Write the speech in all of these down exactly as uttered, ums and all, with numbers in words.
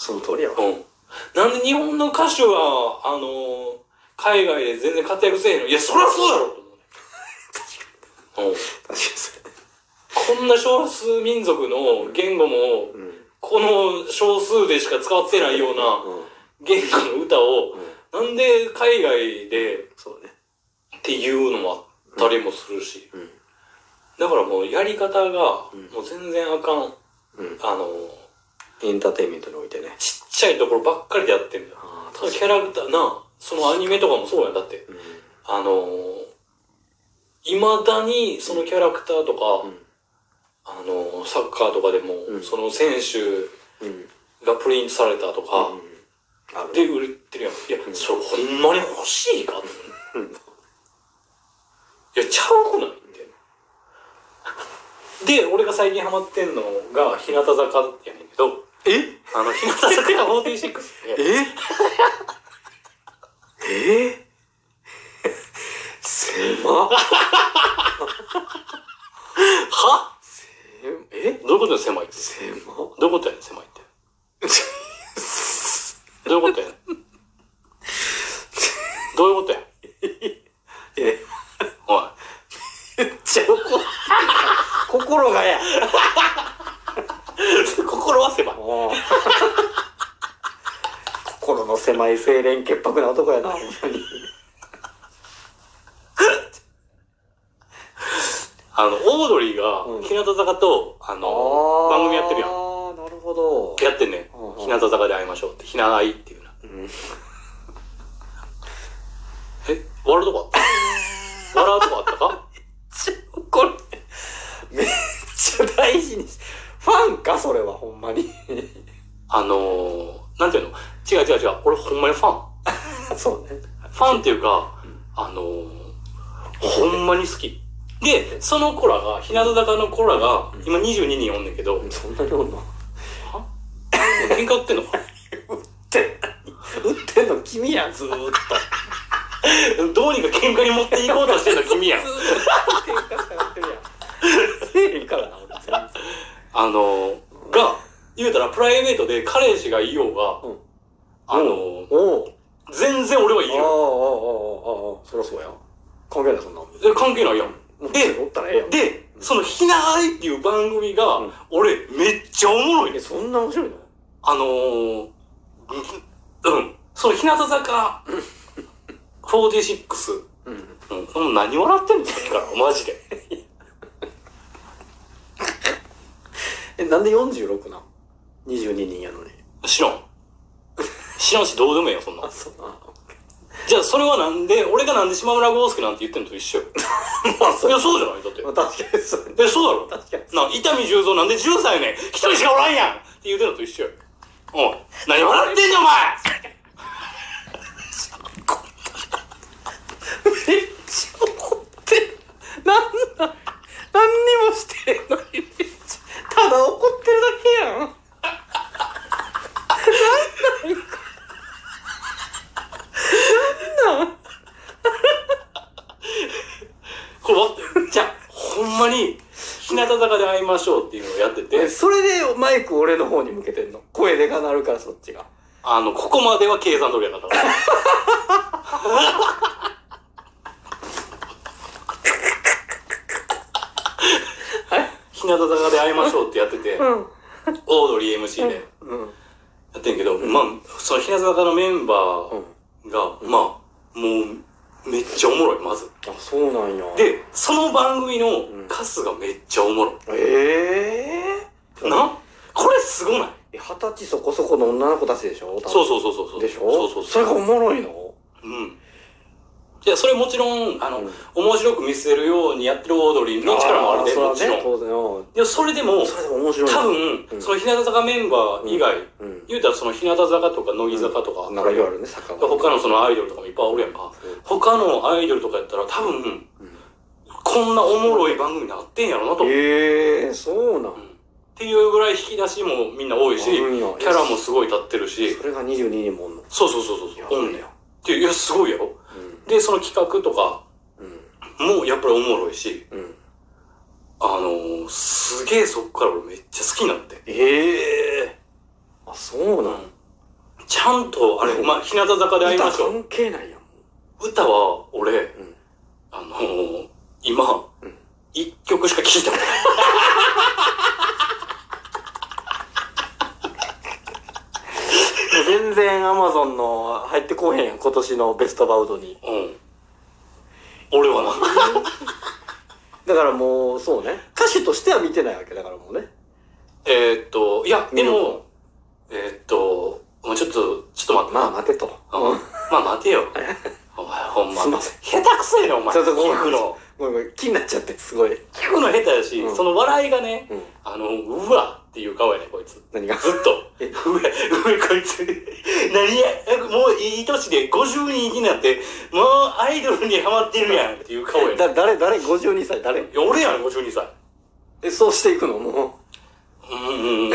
その通りやわ。 うん。なんで日本の歌手は、あのー、海外で全然活躍せえへんの？いや、そりゃそうやろと思うね。確かに。うん。確かにそう。こんな少数民族の言語も、うん、この少数でしか使ってないような言語の歌を、うん、なんで海外で、そうね。っていうのもあったりもするし。うんうん、だからもうやり方が、もう全然あかん。うん、あのー、 エンターテインメントにおいてね。 ちっちゃいところばっかりでやってるんだよ。キャラクターな、そのアニメとかもそうやん。だって、うん、あのー、未だにそのキャラクターとか、うん、あのー、サッカーとかでも、うん、その選手がプリントされたとか、うん、で売れてるやん。いや、うん、それほんまに欲しいかと思う。いや、ちゃうくないって。で、俺が最近ハマってんのが、日向坂やねんけど、 えあの、日向坂フォーティーシックスって。 ええ狭っ。 はえどういうことで狭いって？ 狭っ。 どういうことやねん、狭いって。どういうことやねん。どういうことや。 えおい。 めっちゃ怒ってる。心がや。 心は狭い。 心の狭い清廉潔白な男やな、ほんまに。 あの、オードリーが、日向坂と、あの、番組やってるやん。ああ、なるほど。 やってんねん。日向坂で会いましょうって。ひなあいっていうな。うん、え、笑うとこあった笑うとこあったか？ これ、めっちゃ大事にし、ファンかそれは、ほんまに。 あのー、なんていうの？違う違う違う。俺ほんまにファン。 そうね。 ファンっていうか、あのー、ほんまに好き。で、その子らが、日向坂の子らが、今にじゅうににんおんねんけど。 そんなにおんの？は？ 喧嘩売ってんのか？ 売ってん、売ってんの君やん、ずーっと。 どうにか喧嘩に持っていこうとしてんの君やん。 ずーっと喧嘩してやってるやん。せえへんからな、俺全然。 あのー、が、言うたらプライベートで彼氏がいようが、うん、あのー、 お全然俺はいいよ。 ああ、ああ、ああ、ああ、そりゃそうや。関係ない、そんな。 え、関係ないやん。で、 で、 で、そのひなあいっていう番組が、うん、俺めっちゃおもろいね。 え、そんな面白いの？ あのー、うん。その日向坂、フォーティーシックス、うん。うん。何笑ってんのさっきから、マジで。 え、なんでよんじゅうろくなん？ にじゅうに 人やのに。 知らん。知らんし、どうでもええよ、そんな。 あ、そうな。 じゃあ、それはなんで、俺がなんで島村豪介なんて言ってんのと一緒よ。まあ、そう。いや、そうじゃないだって。 まあ、確かにそう。 え、そうだろ。 確かに。 な、伊丹十三なんでじゅっさいねん。一人しかおらんやんって言うてんのと一緒よ。おい、何笑ってんねん、お前めっちゃ怒ってる。なんだ、何にもしてんのにめっちゃ、ただ怒ってるだけやん。なんだなんなんこれ待って、じゃあ、ほんまに、日向坂で会いましょうっていうのをやってて。 それでマイク俺の方に向けてんの？声でかなるからそっちが。 あの、ここまでは計算通りやったから。日向坂で会いましょうってやってて、うん、オードリー エムシー で、うん、やってんけど、うん、まあ、その日向坂のメンバーが、うん、まあ、もう、めっちゃおもろい、まず。 あ、そうなんや。 で、その番組のカスがめっちゃおもろい。 うん、ええー、なこれすごない？ え、二十歳そこそこの女の子たちでしょ？ そうそうそうそう。 でしょ？ そうそうそう。 それがおもろいの？ うん。いや、それもちろん、あの、うん、面白く見せるようにやってるオードリーの力もあるで、もちろん。 当然よ。 いや、それでも、 それでも面白い。 多分、うん、その日向坂メンバー以外、うんうん、言うたらその日向坂とか乃木坂とか、 なんかいろいろあるね、坂が。 他のそのアイドルとかもいっぱいおるやんか。他のアイドルとかやったら多分、こんなおもろい番組になってんやろなと。 へえー、そうなん。 っていうぐらい引き出しもみんな多いし、キャラもすごい立ってるし。 それがにじゅうににんもおんの？ そうそうそうそう。おんねや。っていう、いや、すごいやろ。で、その企画とかもやっぱりおもろいし、うん、あのー、すげえそっから俺めっちゃ好きになって。 ええー、あ、そうなん、 ちゃんと、あれ、まあ、日向坂で会いましょう。 関係ないやん。 歌は、俺、 うん、 あのー、今、 うん、 一曲しか聴いてない。 全然アマゾンの入ってこうへんやん、今年のベストバウトに。 うん。俺はな。 だからもう、そうね。歌手としては見てないわけだからもうね。 えーっと、いや、で見るも、えーっと、もうちょっと、ちょっと待って。 まあ待てと。 うん。まあ待てよ。お前ほんま。 すいません。 下手くそやねん、お前。 ちょっとごめん聞くの。 ごめんごめん、気になっちゃって、すごい。 聞くの下手やし、 うんその笑いがね、 うん。 あの、うわっていう顔やねん、こいつ。 何がずっと。 えうわ、うわ、こいつ。何や、もういい年でごじゅうにんになって、もうアイドルにハマってるやんっていう顔やねん。いだ、誰、誰 ?ごじゅうに 歳誰や、俺やん、ごじゅうにさい。 え、そうしていくのもうんうんうん。うん。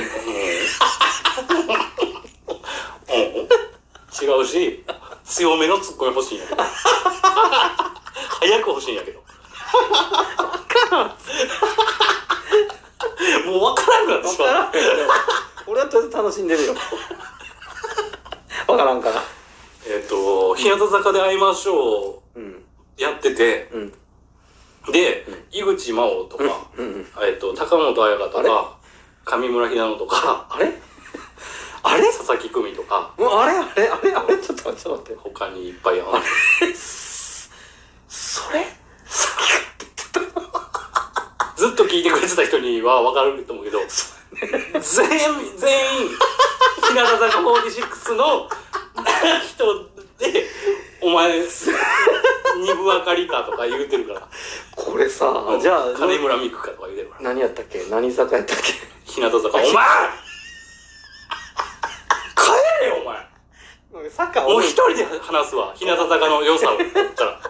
違うし、強めのツッコミ欲しいんやけど。早く欲しいんやけど。もう分からんくなってしまう。 うわからんよ。俺はとりあえず楽しんでるよ。わからんから。 えっと、日向坂で会いましょうん。 うやってて、 うん。 で、井口真央とか、 うんうん。 えっと、高本彩香とあれか、上村ひなのとか、 あれあれ佐々木久美とか、 もうあれあれあれあれちょっと待って、ちょっと待って。 他にいっぱいある。 それずっと聞いてくれてた人には分かると思うけど、全員、全員、日向坂フォーティシックスの人で、お前、二部あかりかとか言うてるから。 これさ、じゃあ、 金村美久かとか言うてるから。 何やったっけ何坂やったっけ日向坂、お前帰れよ、お前坂もう一人で話すわ、日向坂の良さを言ったら。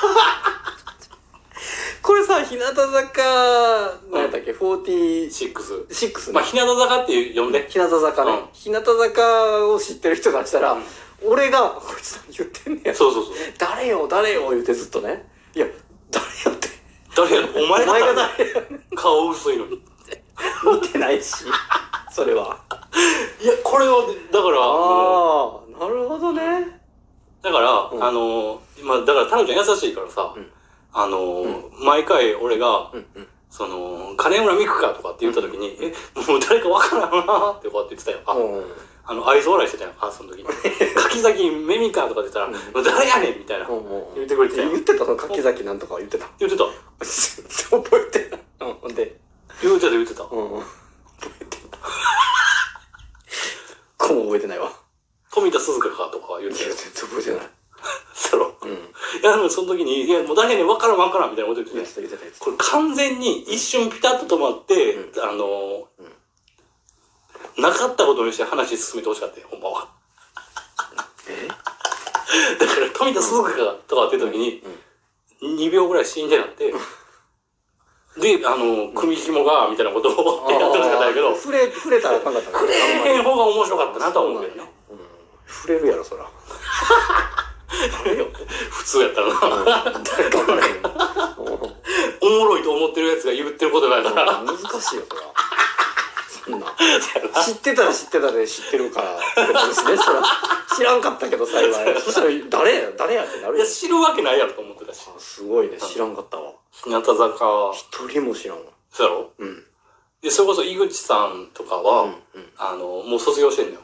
これさ、日向坂、何やったっけ ?フォーティーシックス。 シックスね。 まあ、日向坂って呼んで。 日向坂ね、 うん日向坂を知ってる人からしたら、 うん俺が、こいつ何言ってんねや。 そうそうそう。 誰よ、誰よ、言うてずっとね。いや、誰よって。 誰やお前がお前が誰よ。 顔薄いのに。 見てないし、それは。 いや、これを、だから、もうああ、なるほどね。 だから、 うんあのー、まあ、だから、タロちゃん優しいからさ、 うんあのー、毎回俺が、 うんうん。 その、金村美久かとかって言った時に、え、もう誰かわからんなってこうやって言ってたよ。あ、 うんあの、愛想笑いしてたよ、あ、その時に。柿崎めみかとかって言ったら、 うんもう誰やねんみたいな。 うん言ってくれてたよ言ってたの柿崎なんとか言ってた。 言ってた。 覚えてない。うん、で、 言ってた言ってた。 うんうん。覚えてない。こも覚えてないわ。 富田鈴香かとか言ってたよ。 全然覚えてない。 そうやろ。 うん。 いや、でもその時に、いや、もう誰やねんわからんわからんみたいなこと言って言てってた言ってた言ってた。 これ完全に一瞬ピタッと止まって、 うあのーうんなかったことにして話進めてほしかったよ、ほんまは。 えだから、富田鈴香とかって言った時に、 うんにびょうぐらい死んでなって、で、あの、組紐が、みたいなことをやってほしかったんやけど、 触れ、触れたらあかんかった触れへん方が面白かったなとは思うけどね。 うん。触れるやろ、そら。触れよ。 普通やったらな。 誰か分からへん。 おもろいと思ってるやつが言ってることだから。 難しいよ、そら。そんな。知ってたら知ってたで知ってるからってなるしね、そら。知らんかったけど幸い。そしたら誰や誰やってなるよいや、。知るわけないやろと思ってたし。 あすごいね、知らんかったわ。 日向坂、 一人も知らんわ。 そうやろうん。 で、それこそ井口さんとかは、 うんうんあの、もう卒業してんのよ。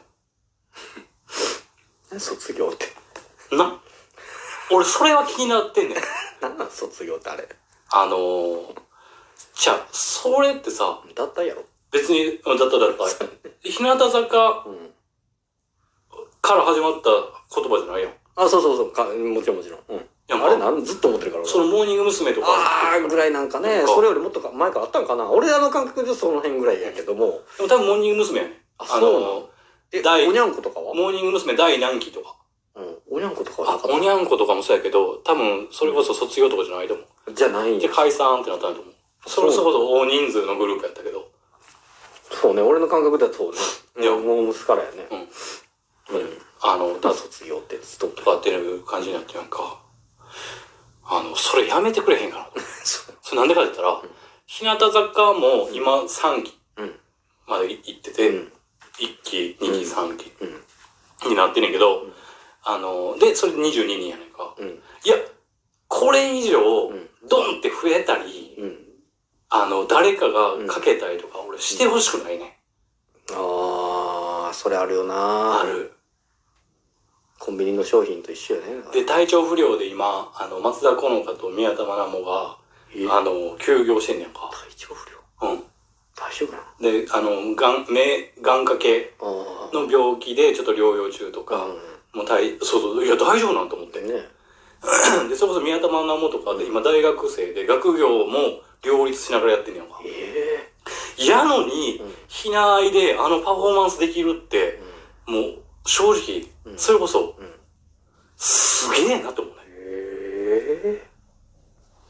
何卒業って。 な。俺、それは気になってんねん。 何なん卒業ってあれ。 あのー、じゃあ、それってさ、 だったやろ。 別に、だっただった。日向坂うん。 から始まった言葉じゃないよ。 あ、そうそうそう。かもちろんもちろん。うん。 やあれなんずっと思ってるから俺そのモーニング娘。とか。 あーぐらいなんかねなんかそれよりもっとか前からあったんかな俺らの感覚でその辺ぐらいやけどもでも多分モーニング娘。やねん。 ああそうなののえ第おにゃんことかはモーニング娘。第何期とか。 うんおにゃんことかはなあか、ったおにゃんことかもそうやけど、多分それこそ卒業とかじゃないと思う。 じゃないんやで、解散ってなったんだと思う。それこそ大人数のグループやったけど。 そうね俺の感覚ではそうねいやもうモームスからやねうん。 うんあの、 だ卒業ってずっととかってる感じになってなんか、あの、それやめてくれへんかな。 そうそれなんでかって言ったら、日向坂も今さんきうんまで行ってて、 うんいっき、にき、さんき。 うんになってんねんけど、 うんあの、で、それでにじゅうににんやねんか。 うん。 いや、これ以上うん、 ドンって増えたり、 うん。 あの、誰かがかけたりとか、俺してほしくないね。 ああ、それあるよな。 ある。 コンビニの商品と一緒やね。 で、体調不良で今、あの、松田好花と宮田愛もが、 えあの、休業してんねんか。 体調不良うん。 大丈夫なで、あの、がん、目、眼科系の？あの病気でちょっと療養中とあ。 か、 うん。 もう大、そうそう、いや、大丈夫なんと思って。 ね。 で、それこそ宮田愛もとかで今大学生で学業も両立しながらやってんねんか。 ええやのに、 うん避難であのパフォーマンスできるって、もう、正直、 うんそれこそ、 うん。 すげえなと思うね。 へえ。